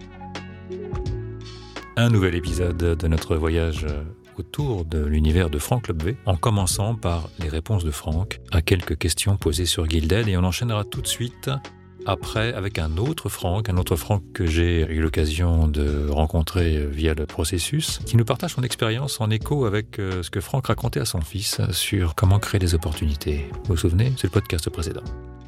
Un nouvel épisode de notre voyage autour de l'univers de Franck Lobvé, en commençant par les réponses de Franck à quelques questions posées sur Gilded, et on enchaînera tout de suite après avec un autre Franck que j'ai eu l'occasion de rencontrer via le processus, qui nous partage son expérience en écho avec ce que Franck racontait à son fils sur comment créer des opportunités. Vous vous souvenez, c'est le podcast précédent.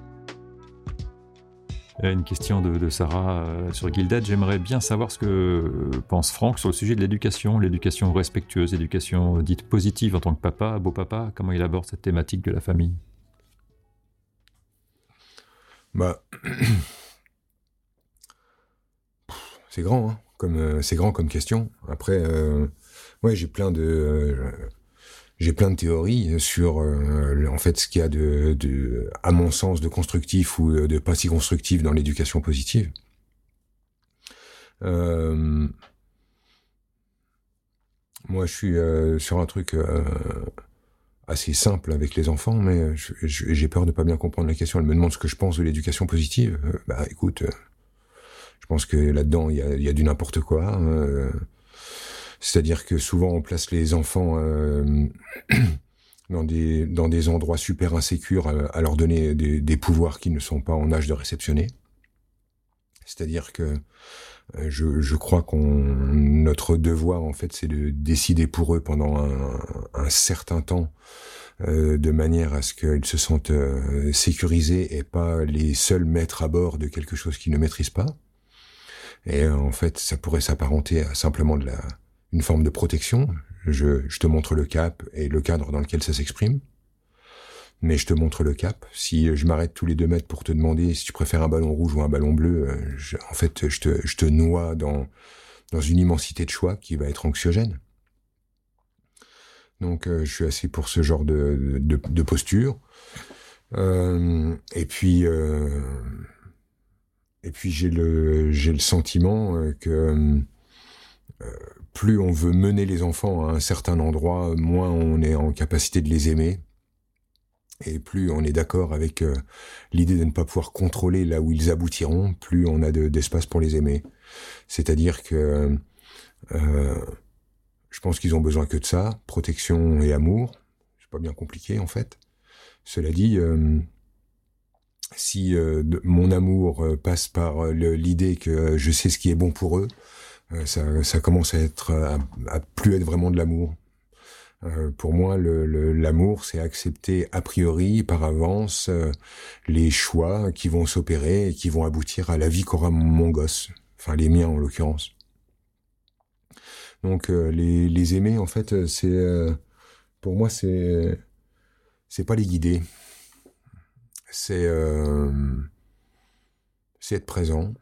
Une question de Sarah sur Gilded. J'aimerais bien savoir ce que pense Franck sur le sujet de l'éducation respectueuse, l'éducation dite positive en tant que papa, beau papa. Comment il aborde cette thématique de la famille ? C'est grand, hein, c'est grand comme question. Après, j'ai plein de théories sur en fait ce qu'il y a de à mon sens de constructif ou de pas si constructif dans l'éducation positive. Moi, je suis sur un truc assez simple avec les enfants, mais j'ai peur de pas bien comprendre la question. Elle me demande ce que je pense de l'éducation positive. Écoute, je pense que là-dedans il y a du n'importe quoi. C'est-à-dire que souvent on place les enfants dans des endroits super insécures à leur donner des pouvoirs qui ne sont pas en âge de réceptionner. C'est-à-dire que je crois notre devoir en fait c'est de décider pour eux pendant un certain temps de manière à ce qu'ils se sentent sécurisés et pas les seuls maîtres à bord de quelque chose qu'ils ne maîtrisent pas. Et en fait ça pourrait s'apparenter à simplement une forme de protection. Je te montre le cap et le cadre dans lequel ça s'exprime. Mais je te montre le cap. Si je m'arrête tous les 2 mètres pour te demander si tu préfères un ballon rouge ou un ballon bleu, je te noie dans une immensité de choix qui va être anxiogène. Donc je suis assez pour ce genre de posture. Et puis j'ai le sentiment que plus on veut mener les enfants à un certain endroit, moins on est en capacité de les aimer. Et plus on est d'accord avec l'idée de ne pas pouvoir contrôler là où ils aboutiront, plus on a d'espace pour les aimer. C'est-à-dire que je pense qu'ils ont besoin que de ça, protection et amour. C'est pas bien compliqué en fait. Cela dit, si mon amour passe par l'idée que je sais ce qui est bon pour eux, ça commence à plus être vraiment de l'amour. Pour moi, l'amour, c'est accepter a priori, par avance, les choix qui vont s'opérer et qui vont aboutir à la vie qu'aura mon gosse. Enfin, les miens, en l'occurrence. Donc, les aimer, en fait, pour moi, c'est pas les guider. C'est être présent.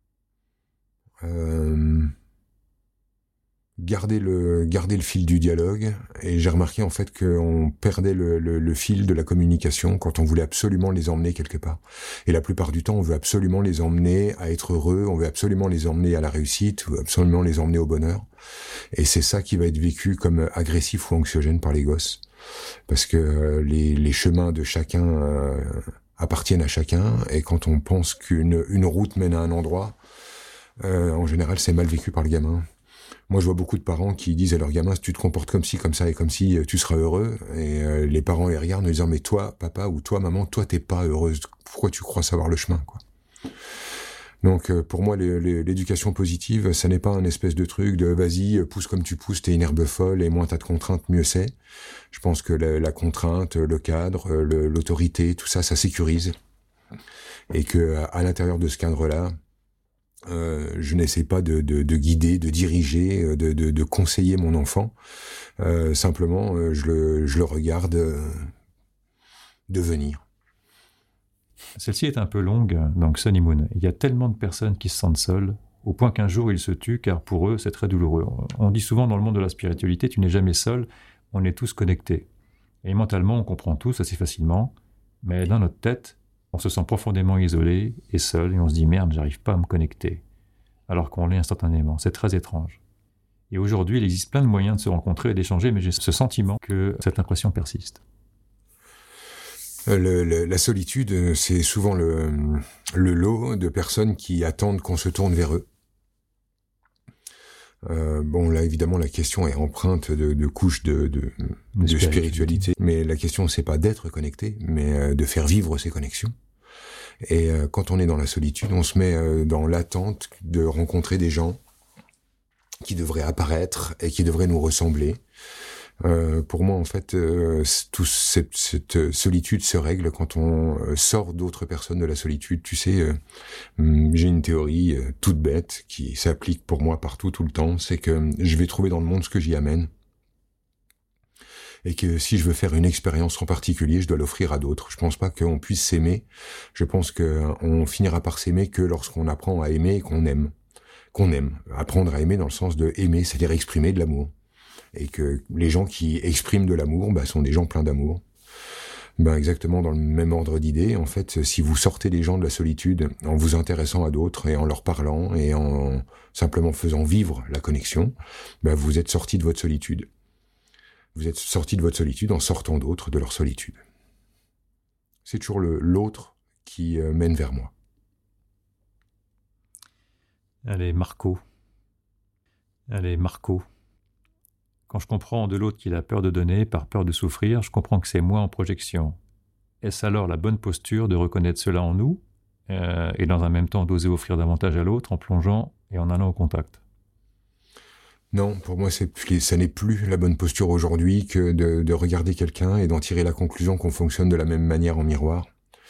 Garder le fil du dialogue, et j'ai remarqué en fait qu'on perdait le fil de la communication quand on voulait absolument les emmener quelque part. Et la plupart du temps, on veut absolument les emmener à être heureux, on veut absolument les emmener à la réussite, on veut absolument les emmener au bonheur. Et c'est ça qui va être vécu comme agressif ou anxiogène par les gosses. Parce que les chemins de chacun appartiennent à chacun, et quand on pense qu'une route mène à un endroit, en général, c'est mal vécu par le gamin. Moi, je vois beaucoup de parents qui disent à leurs gamins, si tu te comportes comme ci, comme ça et comme ci, tu seras heureux. Et les parents les regardent en disant, mais toi, papa, ou toi, maman, toi, t'es pas heureuse. Pourquoi tu crois savoir le chemin, quoi? Donc, pour moi, l'éducation positive, ça n'est pas un espèce de truc de vas-y, pousse comme tu pousses, t'es une herbe folle et moins t'as de contraintes, mieux c'est. Je pense que la contrainte, le cadre, l'autorité, tout ça, ça sécurise. Et que à l'intérieur de ce cadre-là, je n'essaie pas de guider, de diriger, de conseiller mon enfant. Simplement, je le regarde devenir. Celle-ci est un peu longue, donc Sunny Moon. Il y a tellement de personnes qui se sentent seules, au point qu'un jour ils se tuent, car pour eux c'est très douloureux. On dit souvent dans le monde de la spiritualité, tu n'es jamais seul, on est tous connectés. Et mentalement, on comprend tous assez facilement, mais dans notre tête, on se sent profondément isolé et seul, et on se dit « merde, j'arrive pas à me connecter », alors qu'on l'est instantanément. C'est très étrange. Et aujourd'hui, il existe plein de moyens de se rencontrer et d'échanger, mais j'ai ce sentiment que cette impression persiste. La solitude, c'est souvent le lot de personnes qui attendent qu'on se tourne vers eux. Bon, là, évidemment, la question est empreinte de couches de spiritualité. Mais la question, c'est pas d'être connecté, mais de faire vivre ces connexions. Et quand on est dans la solitude, on se met dans l'attente de rencontrer des gens qui devraient apparaître et qui devraient nous ressembler. Pour moi, en fait, toute cette solitude se règle quand on sort d'autres personnes de la solitude. Tu sais, j'ai une théorie toute bête qui s'applique pour moi partout, tout le temps. C'est que je vais trouver dans le monde ce que j'y amène. Et que si je veux faire une expérience en particulier, je dois l'offrir à d'autres. Je pense pas qu'on puisse s'aimer. Je pense qu'on finira par s'aimer que lorsqu'on apprend à aimer et qu'on aime. Apprendre à aimer dans le sens de aimer, c'est-à-dire exprimer de l'amour. Et que les gens qui expriment de l'amour sont des gens pleins d'amour. Exactement dans le même ordre d'idée, en fait, si vous sortez les gens de la solitude en vous intéressant à d'autres et en leur parlant et en simplement faisant vivre la connexion, vous êtes sortis de votre solitude. Vous êtes sortis de votre solitude en sortant d'autres de leur solitude. C'est toujours l'autre qui mène vers moi. Allez, Marco. Quand je comprends de l'autre qu'il a peur de donner, par peur de souffrir, je comprends que c'est moi en projection. Est-ce alors la bonne posture de reconnaître cela en nous et dans un même temps d'oser offrir davantage à l'autre en plongeant et en allant au contact? Non, pour moi, ça n'est plus la bonne posture aujourd'hui que de regarder quelqu'un et d'en tirer la conclusion qu'on fonctionne de la même manière en miroir.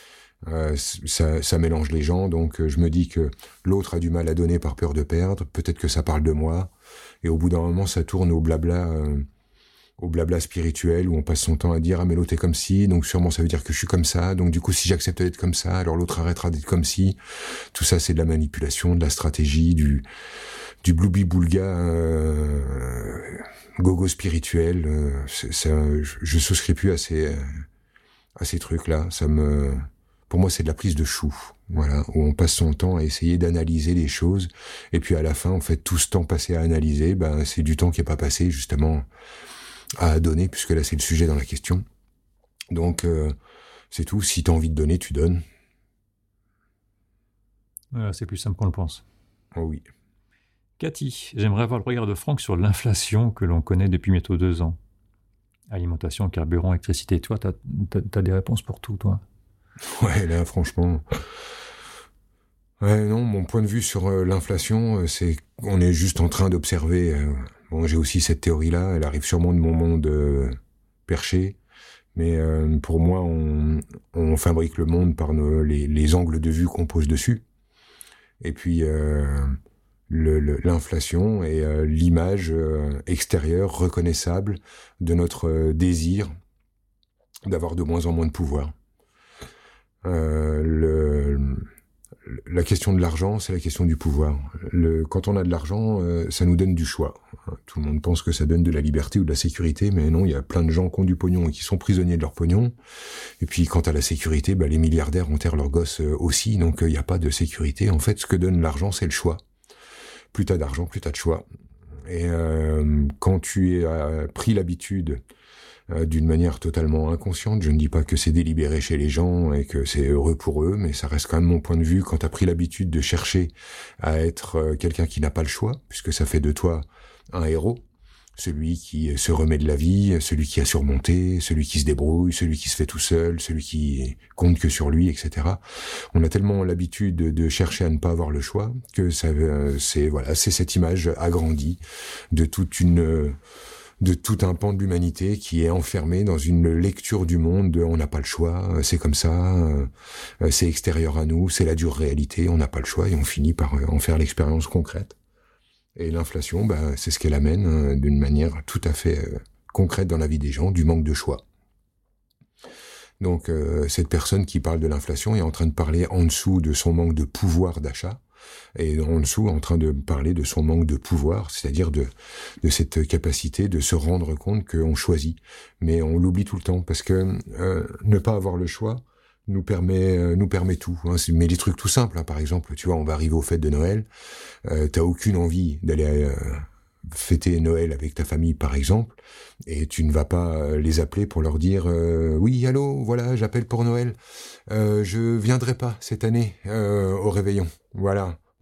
Ça mélange les gens, donc je me dis que l'autre a du mal à donner par peur de perdre, peut-être que ça parle de moi, et au bout d'un moment ça tourne au blabla spirituel où on passe son temps à dire « Ah mais l'autre est comme ci, donc sûrement ça veut dire que je suis comme ça, donc du coup si j'accepte d'être comme ça, alors l'autre arrêtera d'être comme ci ». Tout ça c'est de la manipulation, de la stratégie, du bloubi-boulga gogo spirituel. Je souscris plus à ces trucs-là, pour moi, c'est de la prise de chou, voilà, où on passe son temps à essayer d'analyser les choses, et puis à la fin, en fait, tout ce temps passé à analyser, c'est du temps qui n'est pas passé, justement, à donner, puisque là, c'est le sujet dans la question. Donc, c'est tout. Si tu as envie de donner, tu donnes. Voilà, c'est plus simple qu'on le pense. Oh oui. Cathy, j'aimerais avoir le regard de Franck sur l'inflation que l'on connaît depuis bientôt 2 ans. Alimentation, carburant, électricité. Toi, t'as des réponses pour tout, toi. Ouais, là, franchement... Ouais, non, mon point de vue sur l'inflation, c'est qu'on est juste en train d'observer... j'ai aussi cette théorie-là, elle arrive sûrement de mon monde perché, mais pour moi, on fabrique le monde par les angles de vue qu'on pose dessus. Et puis, l'inflation est l'image extérieure, reconnaissable, de notre désir d'avoir de moins en moins de pouvoir. La question de l'argent, c'est la question du pouvoir. Quand on a de l'argent, ça nous donne du choix. Tout le monde pense que ça donne de la liberté ou de la sécurité, mais non, il y a plein de gens qui ont du pognon et qui sont prisonniers de leur pognon. Et puis, quant à la sécurité, les milliardaires enterrent leurs gosses aussi, donc il n'y a pas de sécurité. En fait, ce que donne l'argent, c'est le choix. Plus t'as d'argent, plus t'as de choix. Et quand tu as pris l'habitude d'une manière totalement inconsciente. Je ne dis pas que c'est délibéré chez les gens et que c'est heureux pour eux, mais ça reste quand même mon point de vue. Quand tu as pris l'habitude de chercher à être quelqu'un qui n'a pas le choix, puisque ça fait de toi un héros, celui qui se remet de la vie, celui qui a surmonté, celui qui se débrouille, celui qui se fait tout seul, celui qui compte que sur lui, etc. On a tellement l'habitude de chercher à ne pas avoir le choix que c'est cette image agrandie de tout un pan de l'humanité qui est enfermé dans une lecture du monde de on n'a pas le choix, c'est comme ça, c'est extérieur à nous, c'est la dure réalité, on n'a pas le choix et on finit par en faire l'expérience concrète. Et l'inflation, c'est ce qu'elle amène d'une manière tout à fait concrète dans la vie des gens, du manque de choix. Donc cette personne qui parle de l'inflation est en train de parler en dessous de son manque de pouvoir d'achat, et en dessous en train de parler de son manque de pouvoir, c'est-à-dire de cette capacité de se rendre compte qu'on choisit. Mais on l'oublie tout le temps, parce que ne pas avoir le choix nous permet tout. Mais des trucs tout simples, par exemple, tu vois, on va arriver aux fêtes de Noël, t'as aucune envie d'aller fêter Noël avec ta famille, par exemple, et tu ne vas pas les appeler pour leur dire oui, allô, voilà, j'appelle pour Noël, je viendrai pas cette année au réveillon, voilà, ouais,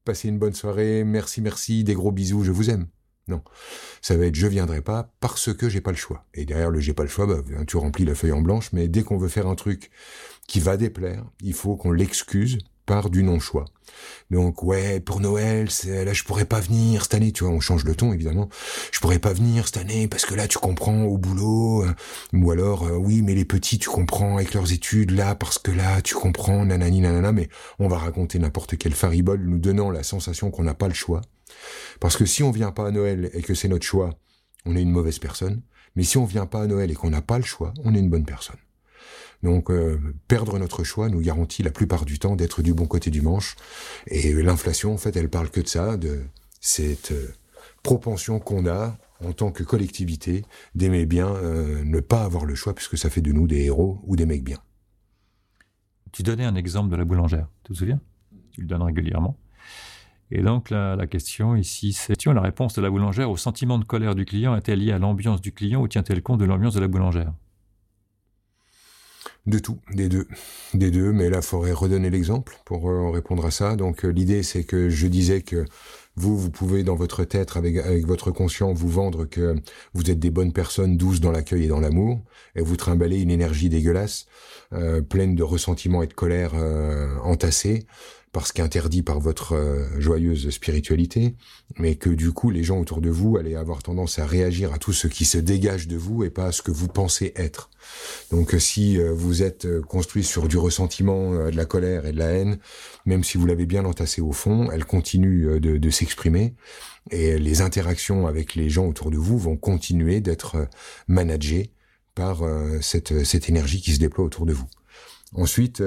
passez une bonne soirée, merci, des gros bisous, je vous aime. Non, ça va être je viendrai pas parce que j'ai pas le choix. Et derrière le j'ai pas le choix, tu remplis la feuille en blanche, mais dès qu'on veut faire un truc qui va déplaire, il faut qu'on l'excuse par du non-choix. Donc ouais, pour Noël, là je pourrais pas venir cette année, tu vois, on change le ton évidemment. Je pourrais pas venir cette année parce que là tu comprends au boulot, ou alors oui mais les petits tu comprends avec leurs études là parce que là tu comprends nanani nanana, mais on va raconter n'importe quelle faribole nous donnant la sensation qu'on n'a pas le choix. Parce que si on vient pas à Noël et que c'est notre choix, on est une mauvaise personne. Mais si on vient pas à Noël et qu'on n'a pas le choix, on est une bonne personne. Donc perdre notre choix nous garantit la plupart du temps d'être du bon côté du manche. Et l'inflation, en fait, elle parle que de ça, de cette propension qu'on a en tant que collectivité d'aimer bien ne pas avoir le choix puisque ça fait de nous des héros ou des mecs bien. Tu donnais un exemple de la boulangère, tu te souviens ? Tu le donnes régulièrement. Et donc la question ici, c'est la réponse de la boulangère au sentiment de colère du client est-elle liée à l'ambiance du client ou tient-elle compte de l'ambiance de la boulangère ? De tout, des deux, mais là, il faudrait redonner l'exemple pour répondre à ça. Donc l'idée, c'est que je disais que vous pouvez dans votre tête, avec votre conscient, vous vendre que vous êtes des bonnes personnes douces dans l'accueil et dans l'amour, et vous trimballez une énergie dégueulasse, pleine de ressentiment et de colère entassée, parce qu'interdit par votre joyeuse spiritualité, mais que du coup, les gens autour de vous allaient avoir tendance à réagir à tout ce qui se dégage de vous et pas à ce que vous pensez être. Donc si vous êtes construit sur du ressentiment, de la colère et de la haine, même si vous l'avez bien entassé au fond, elle continue de s'exprimer et les interactions avec les gens autour de vous vont continuer d'être managées par cette énergie qui se déploie autour de vous. Ensuite,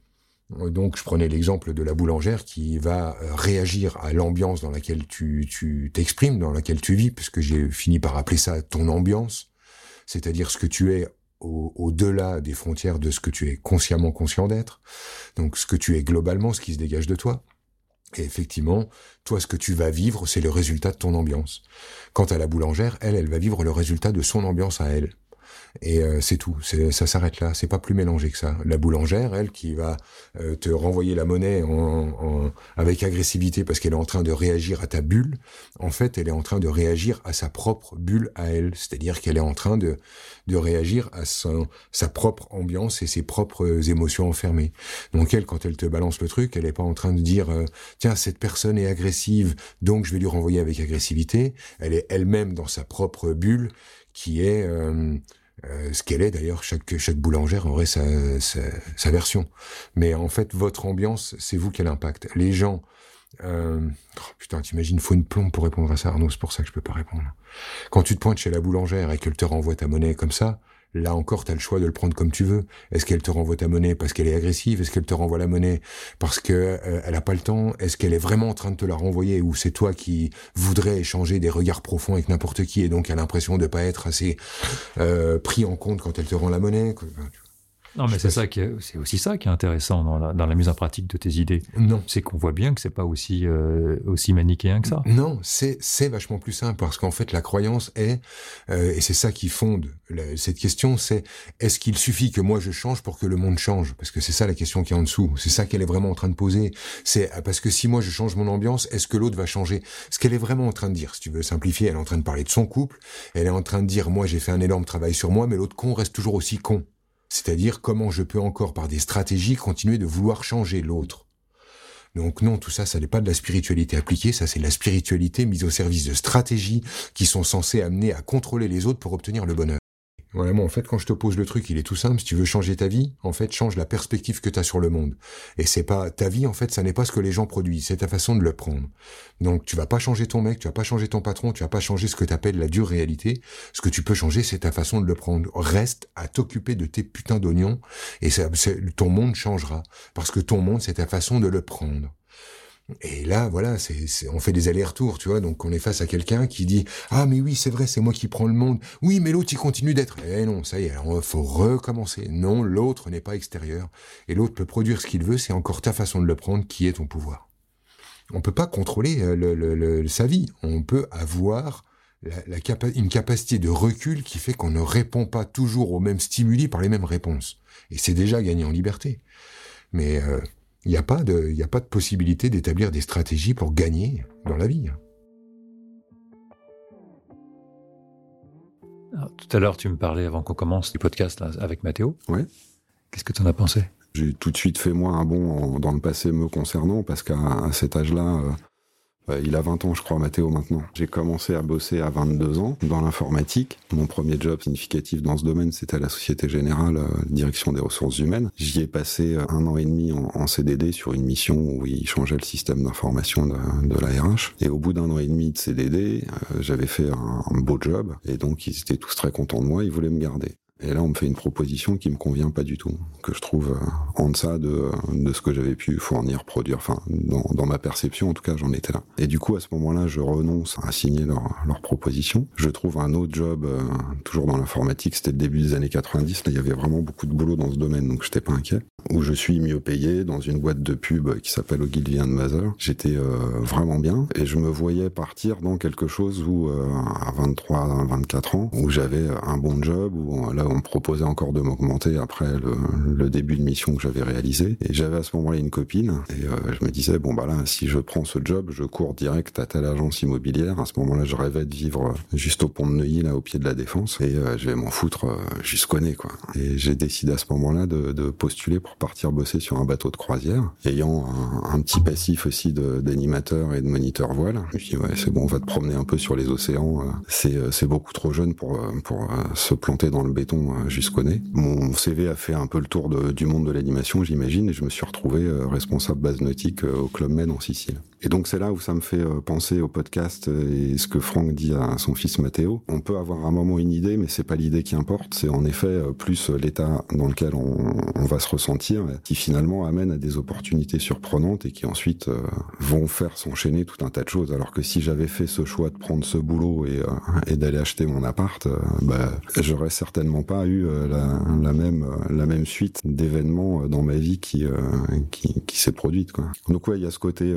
donc je prenais l'exemple de la boulangère qui va réagir à l'ambiance dans laquelle tu t'exprimes, dans laquelle tu vis, puisque j'ai fini par appeler ça ton ambiance, c'est-à-dire ce que tu es au-delà des frontières de ce que tu es consciemment conscient d'être, donc ce que tu es globalement, ce qui se dégage de toi. Et effectivement, toi, ce que tu vas vivre, c'est le résultat de ton ambiance. Quant à la boulangère, elle va vivre le résultat de son ambiance à elle. Et c'est tout, ça s'arrête là, c'est pas plus mélangé que ça. La boulangère, elle, qui va te renvoyer la monnaie avec agressivité parce qu'elle est en train de réagir à ta bulle, en fait, elle est en train de réagir à sa propre bulle à elle. C'est-à-dire qu'elle est en train de réagir à sa propre ambiance et ses propres émotions enfermées. Donc elle, quand elle te balance le truc, elle est pas en train de dire tiens, cette personne est agressive, donc je vais lui renvoyer avec agressivité. Elle est elle-même dans sa propre bulle qui est ce qu'elle est d'ailleurs, chaque boulangère aurait sa version. Mais en fait, votre ambiance, c'est vous qui l'impacte. Les gens... putain, t'imagines, faut une plombe pour répondre à ça, Arnaud, c'est pour ça que je peux pas répondre. Quand tu te pointes chez la boulangère et qu'elle te renvoie ta monnaie comme ça, là encore, t'as le choix de le prendre comme tu veux. Est-ce qu'elle te renvoie ta monnaie parce qu'elle est agressive? Est-ce qu'elle te renvoie la monnaie parce que elle a pas le temps? Est-ce qu'elle est vraiment en train de te la renvoyer ou c'est toi qui voudrais échanger des regards profonds avec n'importe qui et donc a l'impression de pas être assez pris en compte quand elle te rend la monnaie? Non, mais c'est aussi ça qui est intéressant dans la mise en pratique de tes idées. Non. C'est qu'on voit bien que c'est pas aussi manichéen que ça. Non, c'est vachement plus simple parce qu'en fait, la croyance est, et c'est ça qui fonde cette question, c'est est-ce qu'il suffit que moi je change pour que le monde change? Parce que c'est ça la question qui est en dessous. C'est ça qu'elle est vraiment en train de poser. C'est parce que si moi je change mon ambiance, est-ce que l'autre va changer? Ce qu'elle est vraiment en train de dire, si tu veux simplifier, elle est en train de parler de son couple. Elle est en train de dire, moi j'ai fait un énorme travail sur moi, mais l'autre con reste toujours aussi con. C'est-à-dire comment je peux encore, par des stratégies, continuer de vouloir changer l'autre. Donc non, tout ça, ça n'est pas de la spiritualité appliquée, ça c'est de la spiritualité mise au service de stratégies qui sont censées amener à contrôler les autres pour obtenir le bonheur. Vraiment, en fait, quand je te pose le truc, il est tout simple. Si tu veux changer ta vie, en fait, change la perspective que tu as sur le monde. Et c'est pas ta vie, en fait, ça n'est pas ce que les gens produisent, c'est ta façon de le prendre. Donc, tu vas pas changer ton mec, tu vas pas changer ton patron, tu vas pas changer ce que t'appelles la dure réalité. Ce que tu peux changer, c'est ta façon de le prendre. Reste à t'occuper de tes putains d'oignons et ton monde changera. Parce que ton monde, c'est ta façon de le prendre. Et là, voilà, on fait des allers-retours, tu vois, donc on est face à quelqu'un qui dit « Ah, mais oui, c'est vrai, c'est moi qui prends le monde. Oui, mais l'autre, il continue d'être... » Eh non, ça y est, alors faut recommencer. Non, l'autre n'est pas extérieur. Et l'autre peut produire ce qu'il veut, c'est encore ta façon de le prendre qui est ton pouvoir. On peut pas contrôler sa vie. On peut avoir une capacité de recul qui fait qu'on ne répond pas toujours aux mêmes stimuli par les mêmes réponses. Et c'est déjà gagné en liberté. Mais Il n'y a pas de possibilité d'établir des stratégies pour gagner dans la vie. Alors, tout à l'heure, tu me parlais, avant qu'on commence, du podcast là, avec Mathéo. Ouais. Qu'est-ce que tu en as pensé ? J'ai tout de suite fait moi un bond dans le passé me concernant, parce qu'à cet âge-là, il a 20 ans, je crois, Mathéo, maintenant. J'ai commencé à bosser à 22 ans dans l'informatique. Mon premier job significatif dans ce domaine, c'était à la Société Générale, direction des ressources humaines. J'y ai passé 1 an et demi en CDD sur une mission où il changeait le système d'information de la RH. Et au bout d'1 an et demi de CDD, j'avais fait un beau job. Et donc, ils étaient tous très contents de moi, ils voulaient me garder. Et là, on me fait une proposition qui me convient pas du tout, que je trouve en deçà de ce que j'avais pu fournir, produire. Enfin, dans ma perception, en tout cas, j'en étais là. Et du coup, à ce moment-là, je renonce à signer leur proposition. Je trouve un autre job, toujours dans l'informatique. C'était le début des années 90. Là, il y avait vraiment beaucoup de boulot dans ce domaine, donc j'étais pas inquiet. Où je suis mieux payé dans une boîte de pub qui s'appelle Ogilvy & Mather. J'étais vraiment bien et je me voyais partir dans quelque chose où, à 23, 24 ans, où j'avais un bon job, où là, on me proposait encore de m'augmenter après le début de mission que j'avais réalisé. Et j'avais à ce moment-là une copine et je me disais, bon bah là, si je prends ce job, je cours direct à telle agence immobilière. À ce moment-là, je rêvais de vivre juste au pont de Neuilly, là, au pied de la Défense. Et je vais m'en foutre jusqu'au nez, quoi. Et j'ai décidé à ce moment-là de postuler pour partir bosser sur un bateau de croisière, ayant un petit passif aussi d'animateur et de moniteur voile. Je me dis, ouais, c'est bon, on va te promener un peu sur les océans. C'est beaucoup trop jeune pour se planter dans le béton jusqu'au nez. Mon CV a fait un peu le tour du monde de l'animation, j'imagine, et je me suis retrouvé responsable base nautique au Club Med en Sicile. Et donc c'est là où ça me fait penser au podcast et ce que Franck dit à son fils Mathéo. On peut avoir un moment une idée, mais c'est pas l'idée qui importe, c'est en effet plus l'état dans lequel on va se ressentir, qui finalement amène à des opportunités surprenantes et qui ensuite vont faire s'enchaîner tout un tas de choses. Alors que si j'avais fait ce choix de prendre ce boulot et d'aller acheter mon appart, j'aurais certainement pas eu la même suite d'événements dans ma vie qui s'est produite, quoi. Donc ouais, il y a ce côté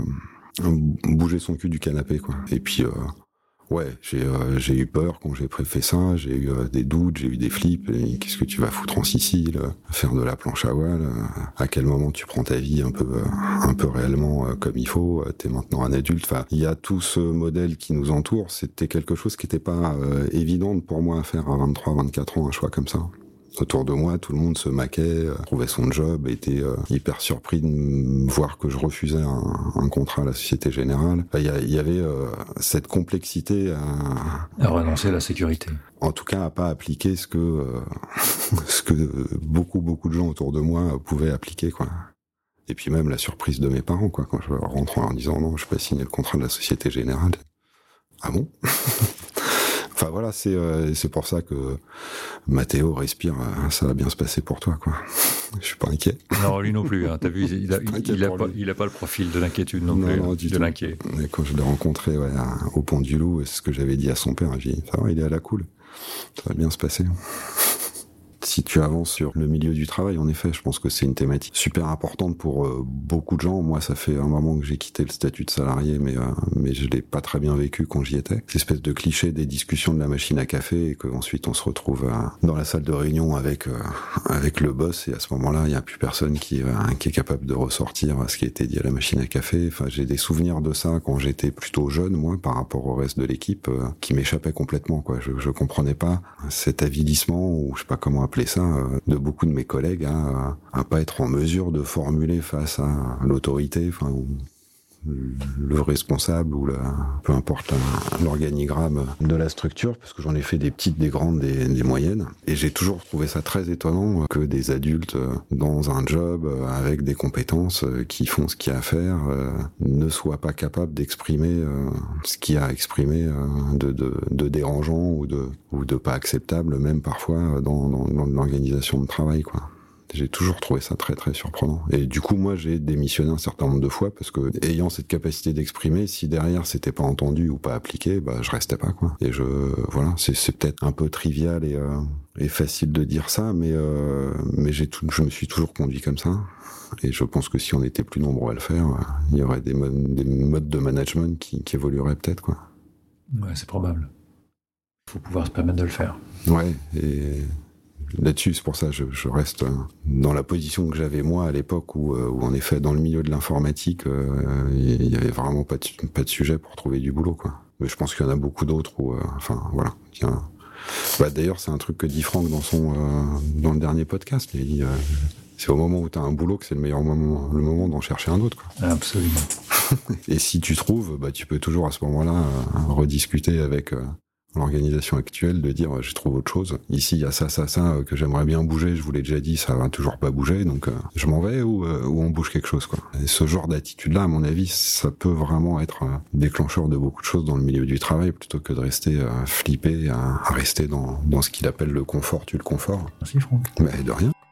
bouger son cul du canapé, quoi. Et puis ouais, j'ai eu peur quand j'ai fait ça, j'ai eu des doutes, j'ai eu des flips. Et qu'est-ce que tu vas foutre en Sicile, faire de la planche à voile, à quel moment tu prends ta vie un peu réellement comme il faut, t'es maintenant un adulte. Enfin, il y a tout ce modèle qui nous entoure. C'était quelque chose qui n'était pas évident pour moi à faire à 23, 24 ans, un choix comme ça. Autour de moi, tout le monde se maquait, trouvait son job, était hyper surpris de me voir que je refusais un contrat à la Société Générale. Il y avait cette complexité à renoncer à la sécurité. En tout cas, à pas appliquer ce que beaucoup de gens autour de moi pouvaient appliquer, quoi. Et puis même la surprise de mes parents, quoi, quand je rentre en leur disant non, je vais pas signer le contrat de la Société Générale. Ah bon? Enfin voilà, c'est pour ça que Mathéo respire, ça va bien se passer pour toi, quoi. Je suis pas inquiet. Non, lui non plus, hein. T'as vu, il a pas le profil de l'inquiétude non plus, non, de l'inquiet. Mais quand je l'ai rencontré au Pont du Loup, c'est ce que j'avais dit à son père, j'ai dit, ça va, il est à la cool, ça va bien se passer. Si tu avances sur le milieu du travail, en effet, je pense que c'est une thématique super importante pour beaucoup de gens. Moi, ça fait un moment que j'ai quitté le statut de salarié, mais je l'ai pas très bien vécu quand j'y étais. Cette espèce de cliché des discussions de la machine à café et qu'ensuite on se retrouve dans la salle de réunion avec le boss et à ce moment-là, il y a plus personne qui est capable de ressortir ce qui a été dit à la machine à café. Enfin, j'ai des souvenirs de ça quand j'étais plutôt jeune, moi, par rapport au reste de l'équipe, qui m'échappait complètement, quoi. Je comprenais pas cet avilissement ou je sais pas comment appeler ça, de beaucoup de mes collègues à pas être en mesure de formuler face à l'autorité, enfin, ou le responsable ou peu importe l'organigramme de la structure, parce que j'en ai fait des petites, des grandes, des moyennes, et j'ai toujours trouvé ça très étonnant que des adultes dans un job avec des compétences qui font ce qu'il y a à faire ne soient pas capables d'exprimer ce qu'il y a à exprimer de dérangeant ou de pas acceptable, même parfois dans l'organisation de travail, quoi. J'ai toujours trouvé ça très très surprenant. Et du coup, moi, j'ai démissionné un certain nombre de fois parce que, ayant cette capacité d'exprimer, si derrière c'était pas entendu ou pas appliqué, je restais pas, quoi. Et voilà, c'est peut-être un peu trivial et facile de dire ça, mais je me suis toujours conduit comme ça. Et je pense que si on était plus nombreux à le faire, il y aurait des modes de management qui évolueraient peut-être, quoi. Ouais, c'est probable. Il faut pouvoir se permettre de le faire. Ouais, et là-dessus, c'est pour ça que je reste dans la position que j'avais moi à l'époque où en effet dans le milieu de l'informatique, il y avait vraiment pas de sujet pour trouver du boulot, quoi. Mais je pense qu'il y en a beaucoup d'autres où, voilà. D'ailleurs, c'est un truc que dit Franck dans le dernier podcast. Il dit, c'est au moment où tu as un boulot que c'est le moment d'en chercher un autre, quoi. Absolument. Et si tu trouves, tu peux toujours à ce moment-là rediscuter avec l'organisation actuelle, de dire je trouve autre chose. Ici, il y a ça, que j'aimerais bien bouger, je vous l'ai déjà dit, ça va toujours pas bouger, donc je m'en vais ou on bouge quelque chose, quoi. Et ce genre d'attitude-là, à mon avis, ça peut vraiment être déclencheur de beaucoup de choses dans le milieu du travail, plutôt que de rester flippé, à rester dans ce qu'il appelle le confort, tue le confort. Merci Franck. De rien.